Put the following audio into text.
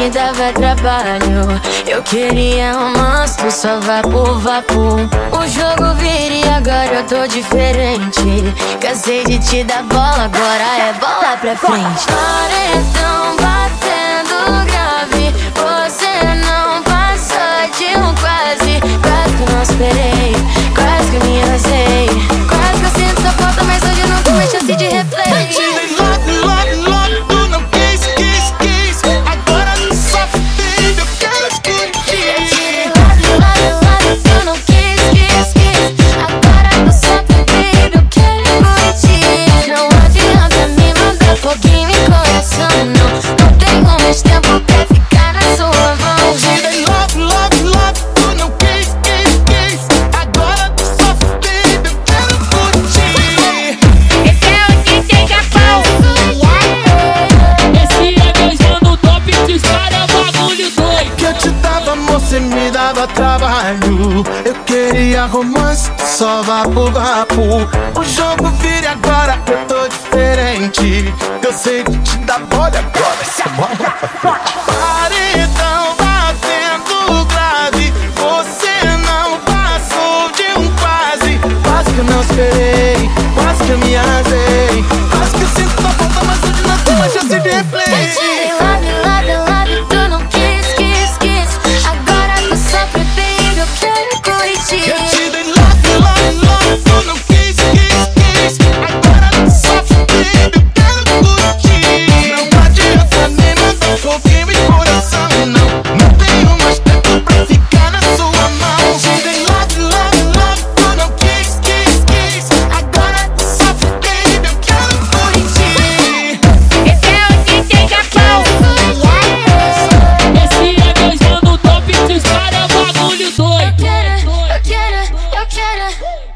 me dava trabalho. Eu queria romance, tu só vapor, vapor. O jogo vira e agora eu tô diferente. Cansei de te dar bola, agora é bola pra frente. Paredão batendo grave, você não passou de um quase. Quase que eu não esperei, quase que eu me arrasei. Quase que eu sinto sua falta, mas hoje eu não tenho mais chance de replay. Você me dava trabalho, eu queria romance, só vapor, vapor. O jogo vira e agora eu tô diferente. Eu sei de te dar bola, agora essa bola pra frente. Paredão batendo grave, você não passou de um quase. Quase que eu não esperei, quase que eu me arrasei. Quase que eu sinto tua falta, mas hoje não tem mais chance de replay. Eu quero